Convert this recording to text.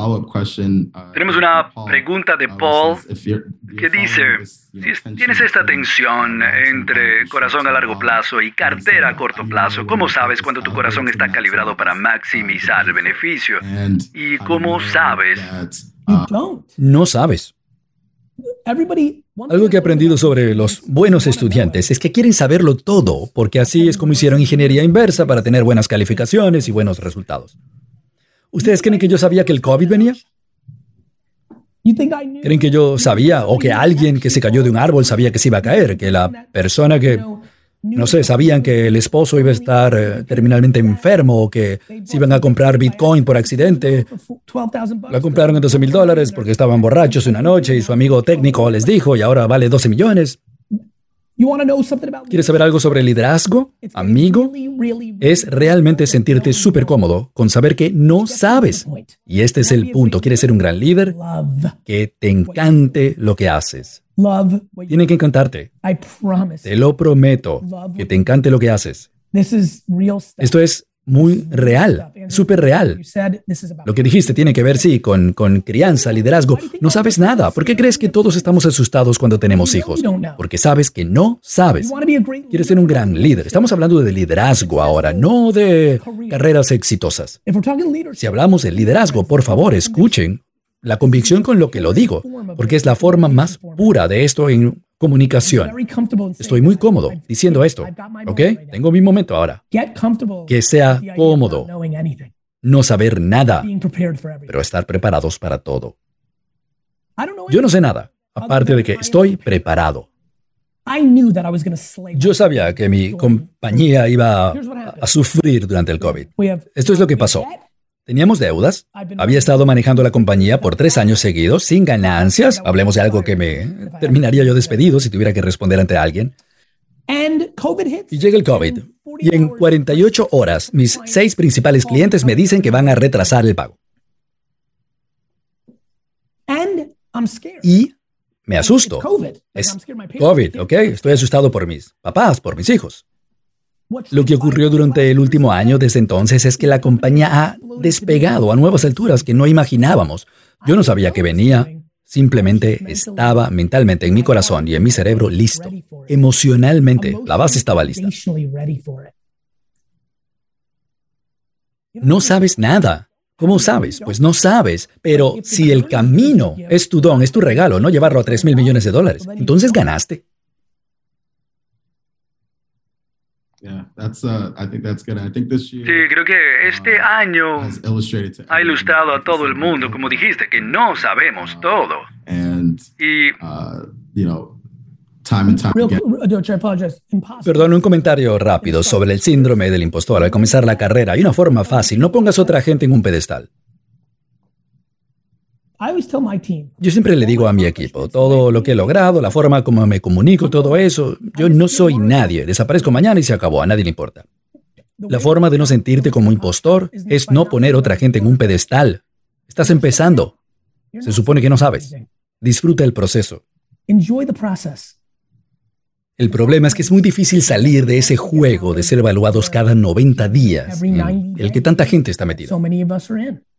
Tenemos una pregunta de Paul que dice, si tienes esta tensión entre corazón a largo plazo y cartera a corto plazo, ¿cómo sabes cuando tu corazón está calibrado para maximizar el beneficio? ¿Y cómo sabes? No sabes. Algo que he aprendido sobre los buenos estudiantes es que quieren saberlo todo, porque así es como hicieron ingeniería inversa para tener buenas calificaciones y buenos resultados. ¿Ustedes creen que yo sabía que el COVID venía? ¿Creen que yo sabía, o que alguien que se cayó de un árbol sabía que se iba a caer? Que la persona que, no sé, sabían que el esposo iba a estar terminalmente enfermo, o que se iban a comprar Bitcoin por accidente. La compraron en $12,000 porque estaban borrachos una noche y su amigo técnico les dijo, y ahora vale 12 millones. ¿Quieres saber algo sobre liderazgo, amigo? Es realmente sentirte súper cómodo con saber que no sabes. Y este es el punto. ¿Quieres ser un gran líder? Que te encante lo que haces. Tiene que encantarte. Te lo prometo, que te encante lo que haces. Esto es muy real, súper real. Lo que dijiste tiene que ver, sí, con crianza, liderazgo. No sabes nada. ¿Por qué crees que todos estamos asustados cuando tenemos hijos? Porque sabes que no sabes. Quieres ser un gran líder. Estamos hablando de liderazgo ahora, no de carreras exitosas. Si hablamos de liderazgo, por favor, escuchen la convicción con lo que lo digo, porque es la forma más pura de esto en comunicación. Estoy muy cómodo diciendo esto, ¿ok? Tengo mi momento ahora. Que sea cómodo. No saber nada, pero estar preparados para todo. Yo no sé nada, aparte de que estoy preparado. Yo sabía que mi compañía iba a sufrir durante el COVID. Esto es lo que pasó. Teníamos deudas. Había estado manejando la compañía por 3 años seguidos, sin ganancias. Hablemos de algo que me terminaría yo despedido si tuviera que responder ante alguien. Y llega el COVID. Y en 48 horas, mis 6 principales clientes me dicen que van a retrasar el pago. Y me asusto. Es COVID, ¿ok? Estoy asustado por mis papás, por mis hijos. Lo que ocurrió durante el último año desde entonces es que la compañía ha despegado a nuevas alturas que no imaginábamos. Yo no sabía que venía, simplemente estaba mentalmente en mi corazón y en mi cerebro listo. Emocionalmente, la base estaba lista. No sabes nada. ¿Cómo sabes? Pues no sabes, pero si el camino es tu don, es tu regalo, no llevarlo a $3,000 millones, entonces ganaste. Sí, creo que este año ha ilustrado a todo el mundo, como dijiste, que no sabemos todo. Y Perdón, un comentario rápido sobre el síndrome del impostor. Al comenzar la carrera, hay una forma fácil. No pongas a otra gente en un pedestal. Yo siempre le digo a mi equipo, todo lo que he logrado, la forma como me comunico, todo eso, yo no soy nadie. Desaparezco mañana y se acabó, a nadie le importa. La forma de no sentirte como impostor es no poner a otra gente en un pedestal. Estás empezando. Se supone que no sabes. Disfruta el proceso. El problema es que es muy difícil salir de ese juego de ser evaluados cada 90 días en el que tanta gente está metida.